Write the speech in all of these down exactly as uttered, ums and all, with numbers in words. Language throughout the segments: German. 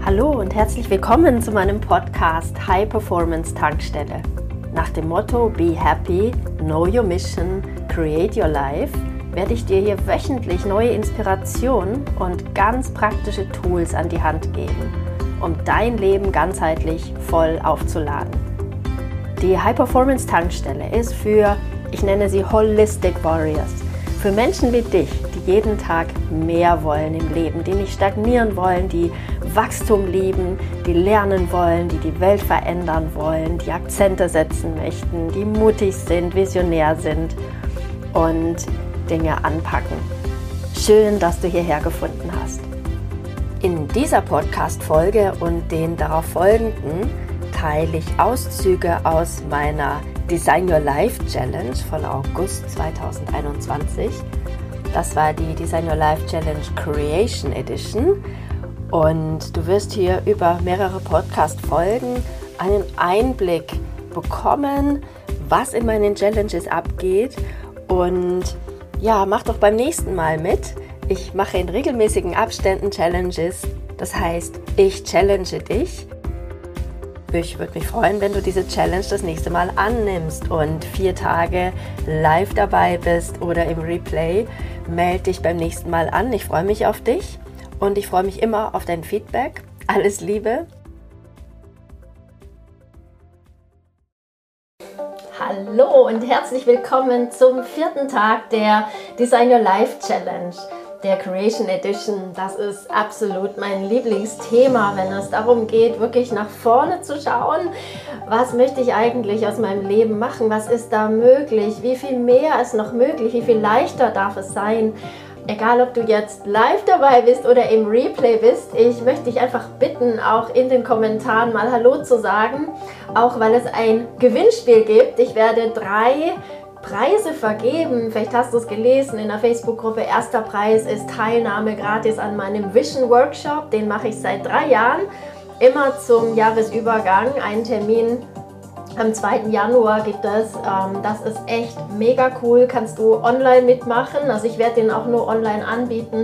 Hallo und herzlich willkommen zu meinem Podcast High Performance Tankstelle. Nach dem Motto Be Happy, Know Your Mission, Create Your Life werde ich dir hier wöchentlich neue Inspirationen und ganz praktische Tools an die Hand geben, um dein Leben ganzheitlich voll aufzuladen. Die High Performance Tankstelle ist für, ich nenne sie Holistic Warriors, für Menschen wie dich, die jeden Tag mehr wollen im Leben, die nicht stagnieren wollen, die Wachstum lieben, die lernen wollen, die die Welt verändern wollen, die Akzente setzen möchten, die mutig sind, visionär sind und Dinge anpacken. Schön, dass du hierher gefunden hast. In dieser Podcast-Folge und den darauf folgenden teile ich Auszüge aus meiner Design Your Life Challenge von August zweitausendeinundzwanzig. Das war die Design Your Life Challenge Creation Edition. Und du wirst hier über mehrere Podcast-Folgen einen Einblick bekommen, was in meinen Challenges abgeht. Und ja, mach doch beim nächsten Mal mit. Ich mache in regelmäßigen Abständen Challenges. Das heißt, ich challenge dich. Ich würde mich freuen, wenn du diese Challenge das nächste Mal annimmst und vier Tage live dabei bist oder im Replay. Melde dich beim nächsten Mal an. Ich freue mich auf dich. Und ich freue mich immer auf dein Feedback. Alles Liebe. Hallo und herzlich willkommen zum vierten Tag der Design Your Life Challenge, der Creation Edition. Das ist absolut mein Lieblingsthema, wenn es darum geht, wirklich nach vorne zu schauen. Was möchte ich eigentlich aus meinem Leben machen? Was ist da möglich? Wie viel mehr ist noch möglich? Wie viel leichter darf es sein? Egal, ob du jetzt live dabei bist oder im Replay bist, ich möchte dich einfach bitten, auch in den Kommentaren mal Hallo zu sagen, auch weil es ein Gewinnspiel gibt. Ich werde drei Preise vergeben. Vielleicht hast du es gelesen in der Facebook-Gruppe. Erster Preis ist Teilnahme gratis an meinem Vision Workshop. Den mache ich seit drei Jahren. Immer zum Jahresübergang. Einen Termin am zweiten Januar gibt es. Das ist echt mega cool. Kannst du online mitmachen. Also ich werde den auch nur online anbieten.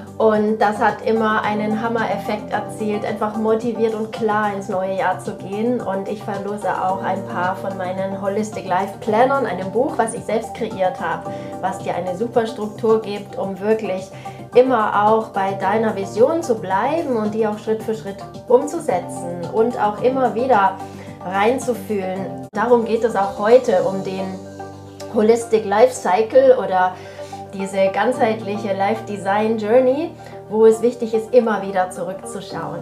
Und das hat immer einen Hammer-Effekt erzielt, einfach motiviert und klar ins neue Jahr zu gehen. Und ich verlose auch ein paar von meinen Holistic Life Plannern, einem Buch, was ich selbst kreiert habe, was dir eine super Struktur gibt, um wirklich immer auch bei deiner Vision zu bleiben und die auch Schritt für Schritt umzusetzen und auch immer wieder reinzufühlen. Darum geht es auch heute, um den Holistic Life Cycle oder diese ganzheitliche Life Design Journey, wo es wichtig ist, immer wieder zurückzuschauen.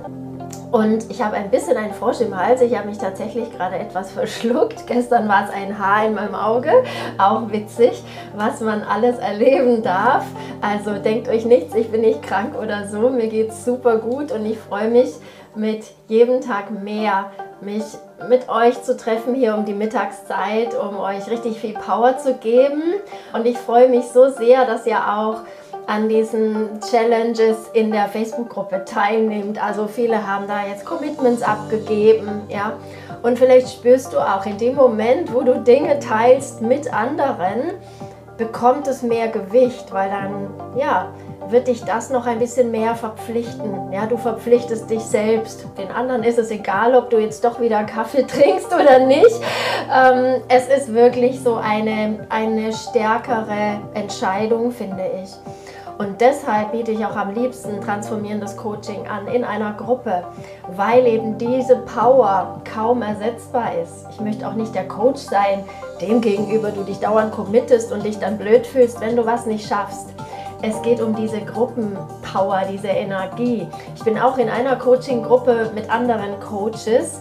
Und ich habe ein bisschen einen Frosch im Hals. Ich habe mich tatsächlich gerade etwas verschluckt. Gestern war es ein Haar in meinem Auge. Auch witzig, was man alles erleben darf. Also denkt euch nichts, ich bin nicht krank oder so. Mir geht es super gut und ich freue mich, mit jedem Tag mehr mich mit euch zu treffen hier um die Mittagszeit, um euch richtig viel Power zu geben. Und ich freue mich so sehr, dass ihr auch an diesen Challenges in der Facebook-Gruppe teilnehmt. Also viele haben da jetzt Commitments abgegeben, ja. Und vielleicht spürst du auch in dem Moment, wo du Dinge teilst mit anderen, bekommt es mehr Gewicht, weil dann, ja, wird dich das noch ein bisschen mehr verpflichten. Ja, du verpflichtest dich selbst. Den anderen ist es egal, ob du jetzt doch wieder Kaffee trinkst oder nicht. Ähm, es ist wirklich so eine, eine stärkere Entscheidung, finde ich. Und deshalb biete ich auch am liebsten transformierendes Coaching an in einer Gruppe, weil eben diese Power kaum ersetzbar ist. Ich möchte auch nicht der Coach sein, dem gegenüber du dich dauernd committest und dich dann blöd fühlst, wenn du was nicht schaffst. Es geht um diese Gruppenpower, diese Energie. Ich bin auch in einer Coaching-Gruppe mit anderen Coaches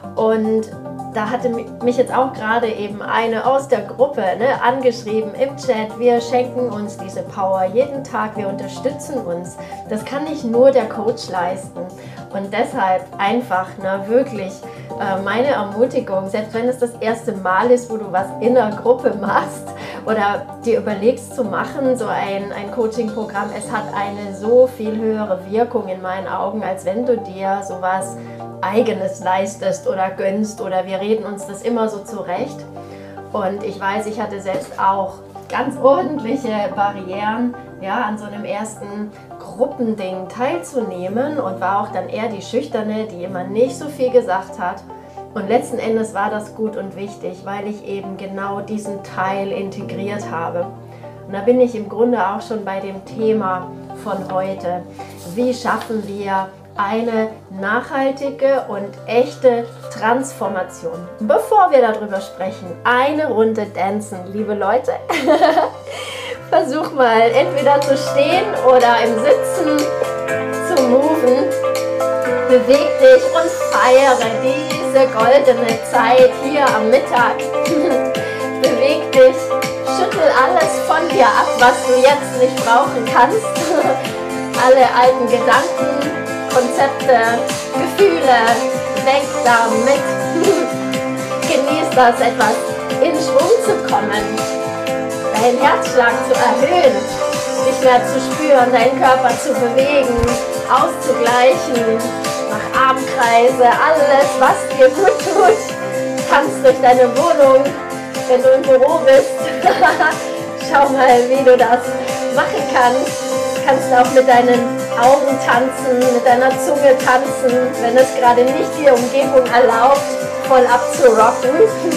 und da hatte mich jetzt auch gerade eben eine aus der Gruppe ne, angeschrieben im Chat. Wir schenken uns diese Power jeden Tag, wir unterstützen uns. Das kann nicht nur der Coach leisten. Und deshalb einfach ne, wirklich äh, meine Ermutigung, selbst wenn es das erste Mal ist, wo du was in der Gruppe machst oder dir überlegst zu machen, so ein, ein Coaching-Programm, es hat eine so viel höhere Wirkung in meinen Augen, als wenn du dir sowas Eigenes leistest oder gönnst oder wir reden uns das immer so zurecht. Und ich weiß, ich hatte selbst auch ganz ordentliche Barrieren, ja, an so einem ersten Gruppending teilzunehmen und war auch dann eher die Schüchterne, die immer nicht so viel gesagt hat. Und letzten Endes war das gut und wichtig, weil ich eben genau diesen Teil integriert habe. Und da bin ich im Grunde auch schon bei dem Thema von heute. Wie schaffen wir eine nachhaltige und echte Transformation? Bevor wir darüber sprechen, eine Runde tanzen, liebe Leute. Versuch mal entweder zu stehen oder im Sitzen zu moven. Beweg dich und feiere diese goldene Zeit hier am Mittag. Beweg dich, schüttel alles von dir ab, was du jetzt nicht brauchen kannst. Alle alten Gedanken, Konzepte, Gefühle, weg damit. Genieß das, etwas in Schwung zu kommen, deinen Herzschlag zu erhöhen, dich mehr zu spüren, deinen Körper zu bewegen, auszugleichen, mach Armkreise, alles, was dir gut tut. Tanz durch deine Wohnung, wenn du im Büro bist. Schau mal, wie du das machen kannst. Du kannst auch mit deinen Augen tanzen, mit deiner Zunge tanzen, wenn es gerade nicht die Umgebung erlaubt, voll abzurocken.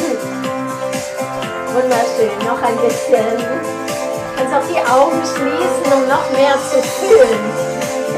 Wunderschön, noch ein bisschen. Du kannst auch die Augen schließen, um noch mehr zu fühlen.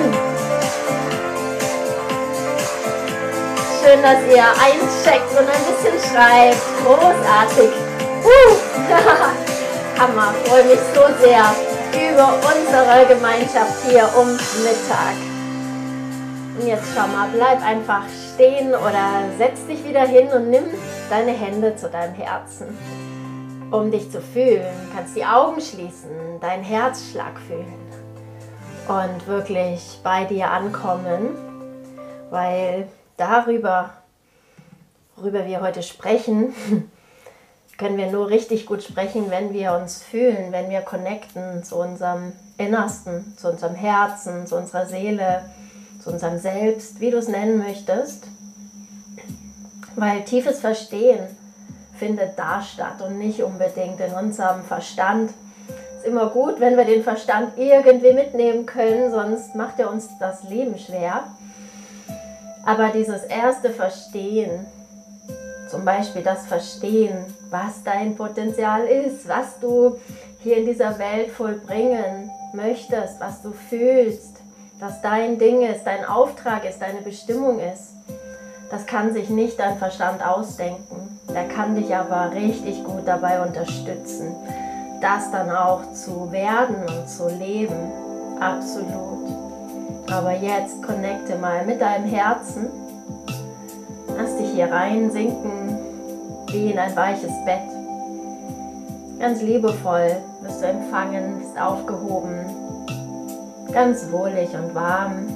Schön, dass ihr eincheckt und ein bisschen schreibt. Großartig. Uh. Hammer, freue mich so sehr über unsere Gemeinschaft hier um Mittag. Und jetzt schau mal, bleib einfach stehen oder setz dich wieder hin und nimm deine Hände zu deinem Herzen. Um dich zu fühlen, kannst die Augen schließen, deinen Herzschlag fühlen und wirklich bei dir ankommen, weil darüber, worüber wir heute sprechen, können wir nur richtig gut sprechen, wenn wir uns fühlen, wenn wir connecten zu unserem Innersten, zu unserem Herzen, zu unserer Seele, zu unserem Selbst, wie du es nennen möchtest. Weil tiefes Verstehen findet da statt und nicht unbedingt in unserem Verstand. Es ist immer gut, wenn wir den Verstand irgendwie mitnehmen können, sonst macht er uns das Leben schwer. Aber dieses erste Verstehen, zum Beispiel das Verstehen, was dein Potenzial ist, was du hier in dieser Welt vollbringen möchtest, was du fühlst, was dein Ding ist, dein Auftrag ist, deine Bestimmung ist, das kann sich nicht dein Verstand ausdenken. Der kann dich aber richtig gut dabei unterstützen, das dann auch zu werden und zu leben. Absolut. Aber jetzt connecte mal mit deinem Herzen. Lass dich hier rein sinken, wie in ein weiches Bett. Ganz liebevoll wirst du empfangen, bist aufgehoben, ganz wohlig und warm.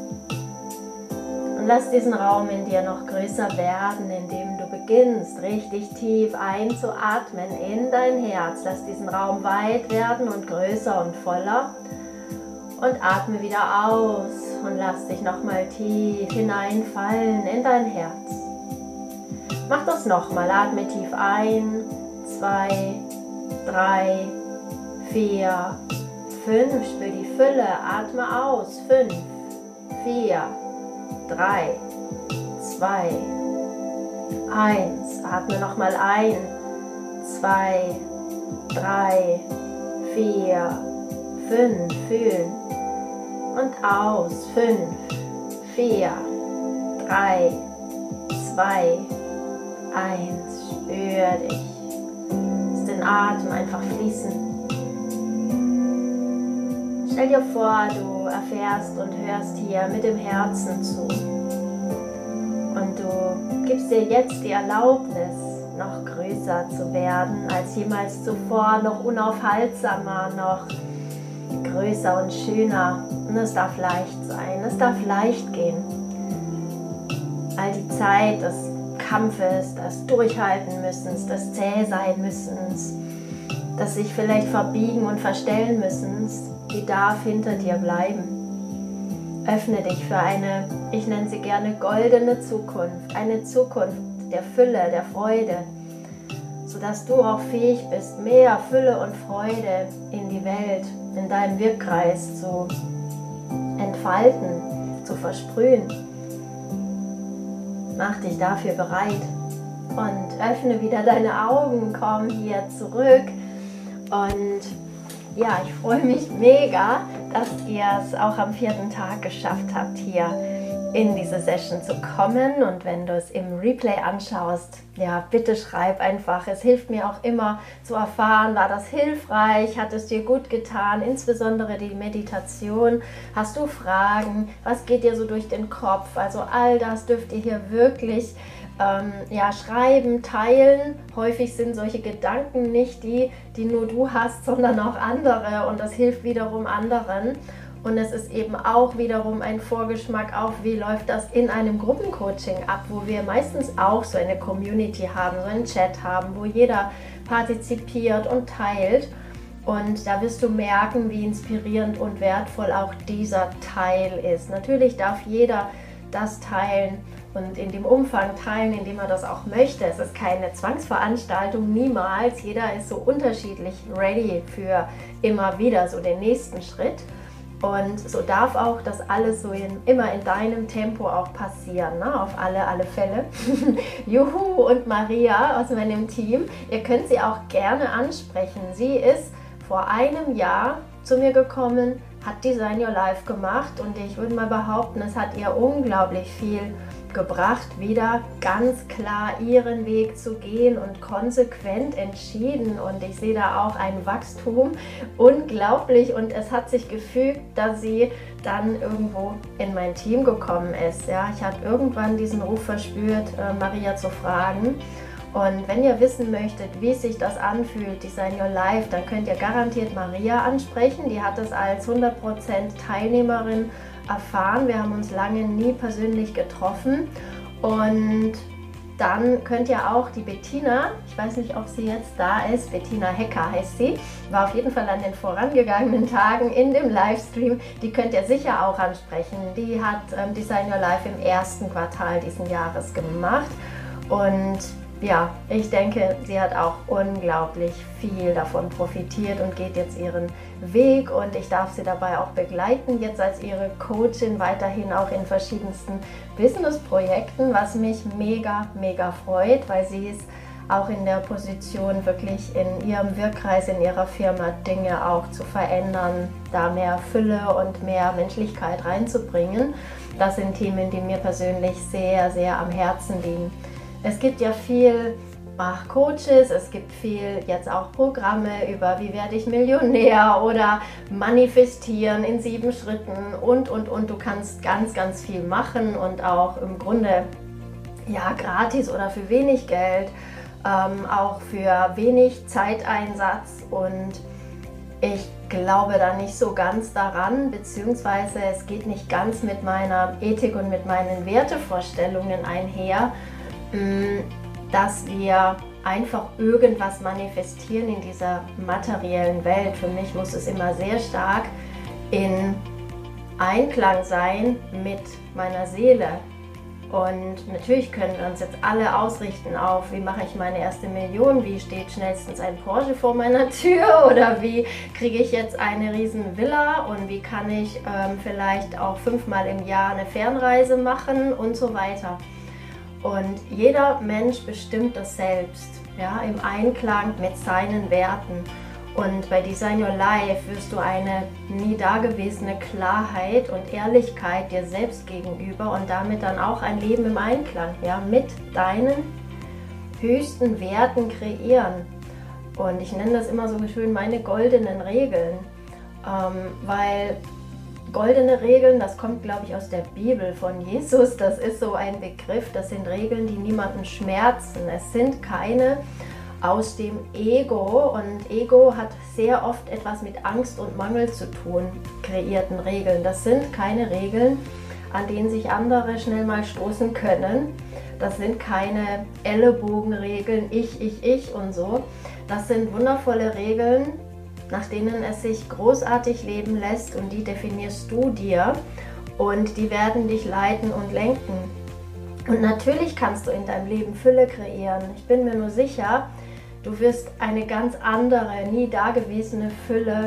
Und lass diesen Raum in dir noch größer werden, indem du beginnst, richtig tief einzuatmen in dein Herz. Lass diesen Raum weit werden und größer und voller. Und atme wieder aus und lass dich nochmal tief hineinfallen in dein Herz. Mach das nochmal. Atme tief ein. Zwei, drei, vier, fünf. Spür die Fülle. Atme aus. Fünf, vier, drei, zwei, eins. Atme nochmal ein. Zwei, drei, vier, fünf. Fühlen. Und aus. Fünf, vier, drei, zwei, eins. Spür dich. Lass den Atem einfach fließen. Stell dir vor, du erfährst und hörst hier mit dem Herzen zu. Und du gibst dir jetzt die Erlaubnis, noch größer zu werden als jemals zuvor, noch unaufhaltsamer, noch größer und schöner. Und es darf leicht sein, es darf leicht gehen. All die Zeit des Kampfes, des Durchhalten müssens, des Zäh sein müssens, das sich vielleicht verbiegen und verstellen müssens, die darf hinter dir bleiben. Öffne dich für eine, ich nenne sie gerne goldene Zukunft, eine Zukunft der Fülle, der Freude, sodass du auch fähig bist, mehr Fülle und Freude in die Welt, in deinem Wirkkreis zu entfalten, zu versprühen. Mach dich dafür bereit und öffne wieder deine Augen, komm hier zurück. Und ja, ich freue mich mega, dass ihr es auch am vierten Tag geschafft habt, hier in diese Session zu kommen. Und wenn du es im Replay anschaust, ja, bitte schreib einfach. Es hilft mir auch immer zu erfahren, war das hilfreich, hat es dir gut getan, insbesondere die Meditation. Hast du Fragen? Was geht dir so durch den Kopf? Also all das dürft ihr hier wirklich ähm, ja, schreiben, teilen. Häufig sind solche Gedanken nicht die, die nur du hast, sondern auch andere. Und das hilft wiederum anderen. Und es ist eben auch wiederum ein Vorgeschmack auf, wie läuft das in einem Gruppencoaching ab, wo wir meistens auch so eine Community haben, so einen Chat haben, wo jeder partizipiert und teilt. Und da wirst du merken, wie inspirierend und wertvoll auch dieser Teil ist. Natürlich darf jeder das teilen und in dem Umfang teilen, in dem er das auch möchte. Es ist keine Zwangsveranstaltung, niemals. Jeder ist so unterschiedlich ready für immer wieder so den nächsten Schritt. Und so darf auch das alles so in, immer in deinem Tempo auch passieren, ne? Auf alle, alle Fälle. Juhu und Maria aus meinem Team, ihr könnt sie auch gerne ansprechen. Sie ist vor einem Jahr zu mir gekommen, hat Design Your Life gemacht und ich würde mal behaupten, es hat ihr unglaublich viel gebracht, wieder ganz klar ihren Weg zu gehen und konsequent entschieden, und ich sehe da auch ein Wachstum, unglaublich, und es hat sich gefügt, dass sie dann irgendwo in mein Team gekommen ist. Ja, ich habe irgendwann diesen Ruf verspürt, äh, Maria zu fragen. Und wenn ihr wissen möchtet, wie sich das anfühlt, Design Your Life, dann könnt ihr garantiert Maria ansprechen. Die hat es als hundert Prozent Teilnehmerin erfahren. Wir haben uns lange nie persönlich getroffen. Und dann könnt ihr auch die Bettina, ich weiß nicht, ob sie jetzt da ist, Bettina Hecker heißt sie, war auf jeden Fall an den vorangegangenen Tagen in dem Livestream, die könnt ihr sicher auch ansprechen. Die hat ähm, Design Your Life im ersten Quartal diesen Jahres gemacht. Und ja, ich denke, sie hat auch unglaublich viel davon profitiert und geht jetzt ihren Weg, und ich darf sie dabei auch begleiten, jetzt als ihre Coachin weiterhin auch in verschiedensten Business-Projekten, was mich mega, mega freut, weil sie ist auch in der Position, wirklich in ihrem Wirkkreis, in ihrer Firma Dinge auch zu verändern, da mehr Fülle und mehr Menschlichkeit reinzubringen. Das sind Themen, die mir persönlich sehr, sehr am Herzen liegen. Es gibt ja viel ach, Coaches, es gibt viel jetzt auch Programme über wie werde ich Millionär oder manifestieren in sieben Schritten und, und, und. Du kannst ganz, ganz viel machen und auch im Grunde ja gratis oder für wenig Geld, ähm, auch für wenig Zeiteinsatz, und ich glaube da nicht so ganz daran, beziehungsweise es geht nicht ganz mit meiner Ethik und mit meinen Wertevorstellungen einher, dass wir einfach irgendwas manifestieren in dieser materiellen Welt. Für mich muss es immer sehr stark in Einklang sein mit meiner Seele. Und natürlich können wir uns jetzt alle ausrichten auf, wie mache ich meine erste Million, wie steht schnellstens ein Porsche vor meiner Tür, oder wie kriege ich jetzt eine riesen Villa, und wie kann ich ähm, vielleicht auch fünfmal im Jahr eine Fernreise machen und so weiter. Und jeder Mensch bestimmt das selbst, ja, im Einklang mit seinen Werten. Und bei Design Your Life wirst du eine nie dagewesene Klarheit und Ehrlichkeit dir selbst gegenüber und damit dann auch ein Leben im Einklang, ja, mit deinen höchsten Werten kreieren. Und ich nenne das immer so schön meine goldenen Regeln, ähm, weil goldene Regeln, das kommt, glaube ich, aus der Bibel von Jesus. Das ist so ein Begriff, das sind Regeln, die niemanden schmerzen. Es sind keine aus dem Ego, und Ego hat sehr oft etwas mit Angst und Mangel zu tun, kreierten Regeln. Das sind keine Regeln, an denen sich andere schnell mal stoßen können. Das sind keine Ellenbogenregeln, ich, ich, ich und so. Das sind wundervolle Regeln, nach denen es sich großartig leben lässt, und die definierst du dir, und die werden dich leiten und lenken. Und natürlich kannst du in deinem Leben Fülle kreieren. Ich bin mir nur sicher, du wirst eine ganz andere, nie dagewesene Fülle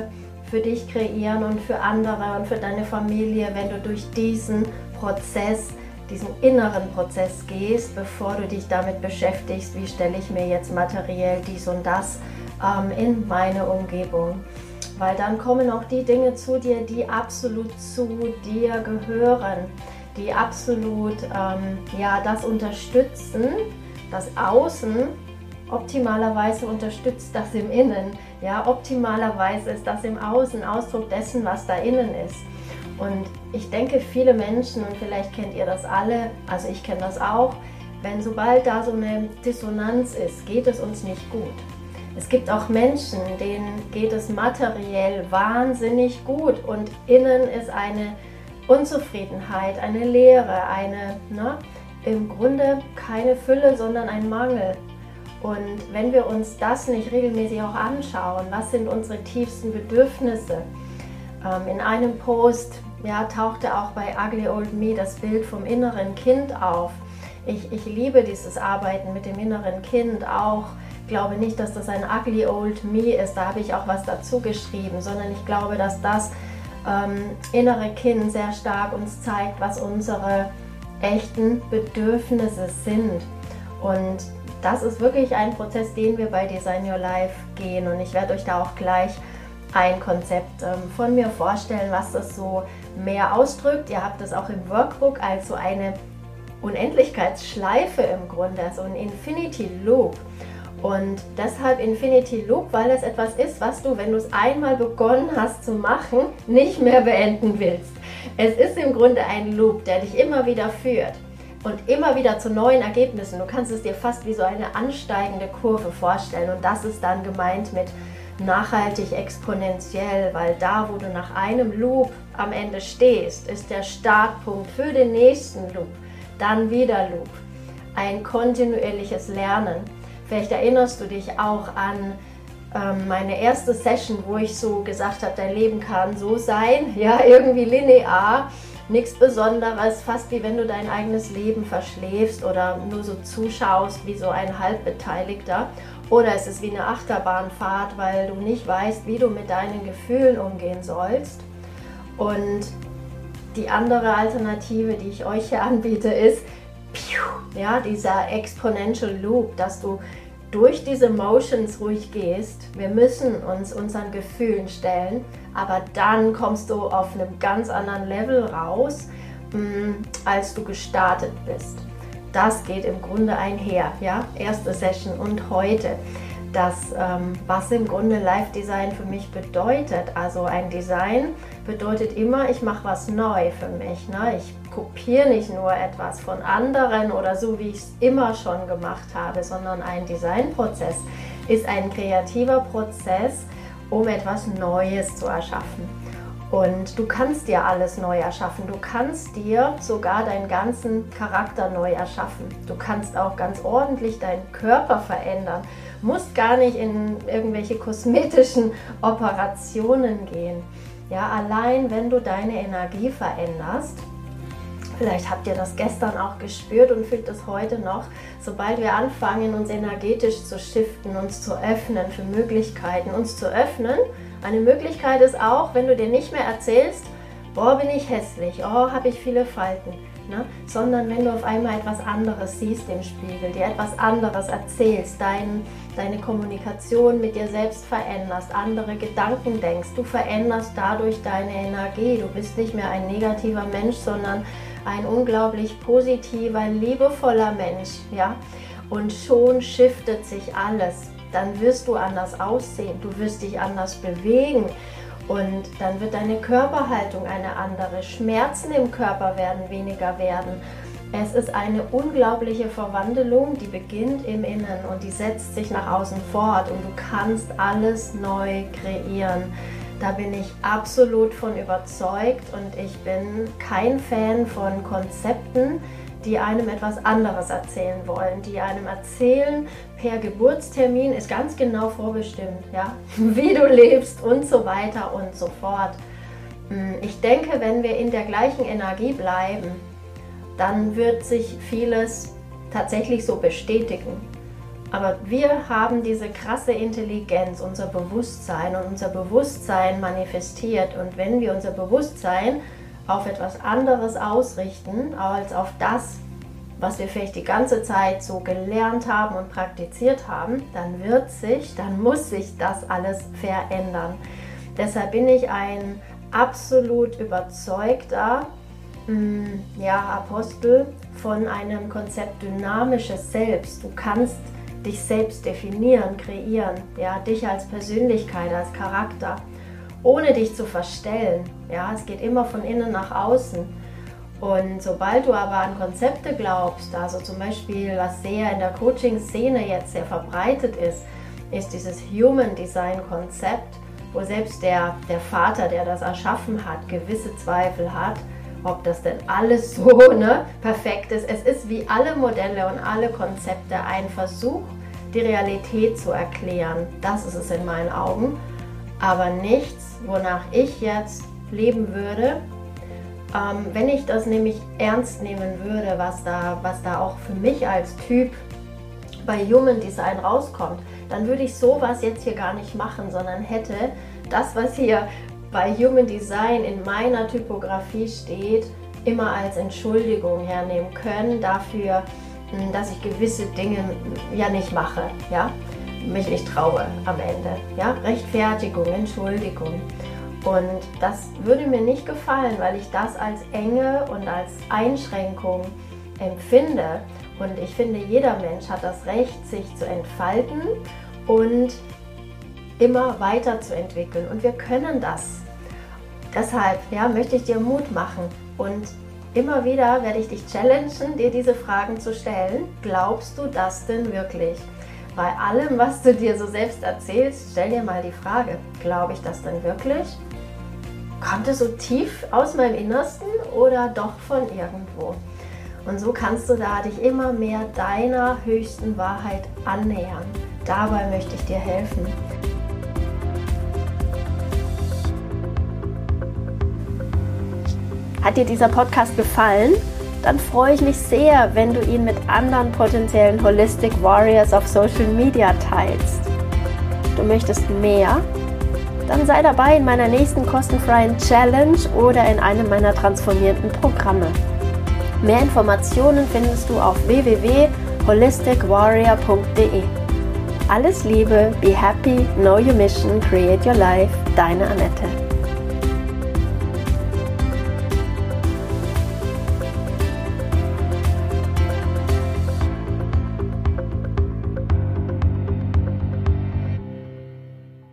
für dich kreieren und für andere und für deine Familie, wenn du durch diesen Prozess, diesen inneren Prozess gehst, bevor du dich damit beschäftigst, wie stelle ich mir jetzt materiell dies und das ähm, in meine Umgebung. Weil dann kommen auch die Dinge zu dir, die absolut zu dir gehören, die absolut ähm, ja, das unterstützen, das Außen optimalerweise unterstützt das im Innen. Ja, optimalerweise ist das im Außen Ausdruck dessen, was da innen ist. Und ich denke, viele Menschen, und vielleicht kennt ihr das alle, also ich kenne das auch, wenn sobald da so eine Dissonanz ist, geht es uns nicht gut. Es gibt auch Menschen, denen geht es materiell wahnsinnig gut und innen ist eine Unzufriedenheit, eine Leere, eine, ne, im Grunde keine Fülle, sondern ein Mangel. Und wenn wir uns das nicht regelmäßig auch anschauen, was sind unsere tiefsten Bedürfnisse? Ähm, in einem Post ja, tauchte auch bei Ugly Old Me das Bild vom inneren Kind auf. Ich, ich liebe dieses Arbeiten mit dem inneren Kind auch. Ich glaube nicht, dass das ein Ugly Old Me ist, da habe ich auch was dazu geschrieben, sondern ich glaube, dass das ähm, innere Kind sehr stark uns zeigt, was unsere echten Bedürfnisse sind. Und das ist wirklich ein Prozess, den wir bei Design Your Life gehen. Und ich werde euch da auch gleich ein Konzept ähm, von mir vorstellen, was das so mehr ausdrückt. Ihr habt es auch im Workbook als so eine Unendlichkeitsschleife im Grunde, so ein Infinity Loop. Und deshalb Infinity Loop, weil das etwas ist, was du, wenn du es einmal begonnen hast zu machen, nicht mehr beenden willst. Es ist im Grunde ein Loop, der dich immer wieder führt und immer wieder zu neuen Ergebnissen. Du kannst es dir fast wie so eine ansteigende Kurve vorstellen und das ist dann gemeint mit nachhaltig exponentiell, weil da, wo du nach einem Loop am Ende stehst, ist der Startpunkt für den nächsten Loop, dann wieder Loop. Ein kontinuierliches Lernen. Vielleicht erinnerst du dich auch an ähm, meine erste Session, wo ich so gesagt habe, dein Leben kann so sein, ja, irgendwie linear, nichts Besonderes, fast wie wenn du dein eigenes Leben verschläfst oder nur so zuschaust wie so ein Halbbeteiligter. Oder es ist wie eine Achterbahnfahrt, weil du nicht weißt, wie du mit deinen Gefühlen umgehen sollst. Und die andere Alternative, die ich euch hier anbiete, ist, ja, dieser Exponential Loop, dass du durch diese Motions ruhig gehst. Wir müssen uns unseren Gefühlen stellen, aber dann kommst du auf einem ganz anderen Level raus, als du gestartet bist. Das geht im Grunde einher, ja, erste Session und heute. Das, ähm, was im Grunde Life Design für mich bedeutet. Also ein Design bedeutet immer, ich mache was neu für mich. Ne? Ich kopiere nicht nur etwas von anderen oder so, wie ich es immer schon gemacht habe, sondern ein Designprozess ist ein kreativer Prozess, um etwas Neues zu erschaffen. Und du kannst dir alles neu erschaffen. Du kannst dir sogar deinen ganzen Charakter neu erschaffen. Du kannst auch ganz ordentlich deinen Körper verändern. Musst gar nicht in irgendwelche kosmetischen Operationen gehen. Ja, allein wenn du deine Energie veränderst, vielleicht habt ihr das gestern auch gespürt und fühlt es heute noch, sobald wir anfangen, uns energetisch zu shiften, uns zu öffnen für Möglichkeiten, uns zu öffnen. Eine Möglichkeit ist auch, wenn du dir nicht mehr erzählst, boah, bin ich hässlich, oh, habe ich viele Falten, ne? Sondern wenn du auf einmal etwas anderes siehst im Spiegel, dir etwas anderes erzählst, dein, deine Kommunikation mit dir selbst veränderst, andere Gedanken denkst, du veränderst dadurch deine Energie, du bist nicht mehr ein negativer Mensch, sondern ein unglaublich positiver, liebevoller Mensch, ja? Und schon shiftet sich alles. Dann wirst du anders aussehen, du wirst dich anders bewegen und dann wird deine Körperhaltung eine andere. Schmerzen im Körper werden weniger werden. Es ist eine unglaubliche Verwandlung, die beginnt im Innen und die setzt sich nach außen fort und du kannst alles neu kreieren. Da bin ich absolut von überzeugt und ich bin kein Fan von Konzepten, die einem etwas anderes erzählen wollen, die einem erzählen, per Geburtstermin ist ganz genau vorbestimmt, ja, wie du lebst und so weiter und so fort. Ich denke, wenn wir in der gleichen Energie bleiben, dann wird sich vieles tatsächlich so bestätigen. Aber wir haben diese krasse Intelligenz, unser Bewusstsein, und unser Bewusstsein manifestiert. Und wenn wir unser Bewusstsein auf etwas anderes ausrichten, als auf das, was wir vielleicht die ganze Zeit so gelernt haben und praktiziert haben, dann wird sich, dann muss sich das alles verändern. Deshalb bin ich ein absolut überzeugter mh, ja, Apostel von einem Konzept dynamisches Selbst. Du kannst dich selbst definieren, kreieren, ja, dich als Persönlichkeit, als Charakter, ohne dich zu verstellen. Ja, es geht immer von innen nach außen. Und sobald du aber an Konzepte glaubst, also zum Beispiel, was sehr in der Coaching-Szene jetzt sehr verbreitet ist, ist dieses Human Design-Konzept, wo selbst der, der Vater, der das erschaffen hat, gewisse Zweifel hat, ob das denn alles so ne, perfekt ist. Es ist wie alle Modelle und alle Konzepte ein Versuch, die Realität zu erklären. Das ist es in meinen Augen, aber nichts, wonach ich jetzt leben würde. Ähm, wenn ich das nämlich ernst nehmen würde, was da, was da auch für mich als Typ bei Human Design rauskommt, dann würde ich sowas jetzt hier gar nicht machen, sondern hätte das, was hier bei Human Design in meiner Typografie steht, immer als Entschuldigung hernehmen können dafür, dass ich gewisse Dinge ja nicht mache, ja, mich nicht traue am Ende, ja, Rechtfertigung, Entschuldigung. Und das würde mir nicht gefallen, weil ich das als Enge und als Einschränkung empfinde. Und ich finde, jeder Mensch hat das Recht, sich zu entfalten und immer weiterzuentwickeln. Und wir können das. Deshalb ja, möchte ich dir Mut machen. Und immer wieder werde ich dich challengen, dir diese Fragen zu stellen. Glaubst du das denn wirklich? Bei allem, was du dir so selbst erzählst, stell dir mal die Frage, glaube ich das denn wirklich? Kommt es so tief aus meinem Innersten oder doch von irgendwo? Und so kannst du da dich immer mehr deiner höchsten Wahrheit annähern. Dabei möchte ich dir helfen. Hat dir dieser Podcast gefallen? Dann freue ich mich sehr, wenn du ihn mit anderen potenziellen Holistic Warriors auf Social Media teilst. Du möchtest mehr? Dann sei dabei in meiner nächsten kostenfreien Challenge oder in einem meiner transformierenden Programme. Mehr Informationen findest du auf w w w punkt holistic warrior punkt d e. Alles Liebe, be happy, know your mission, create your life, deine Annette.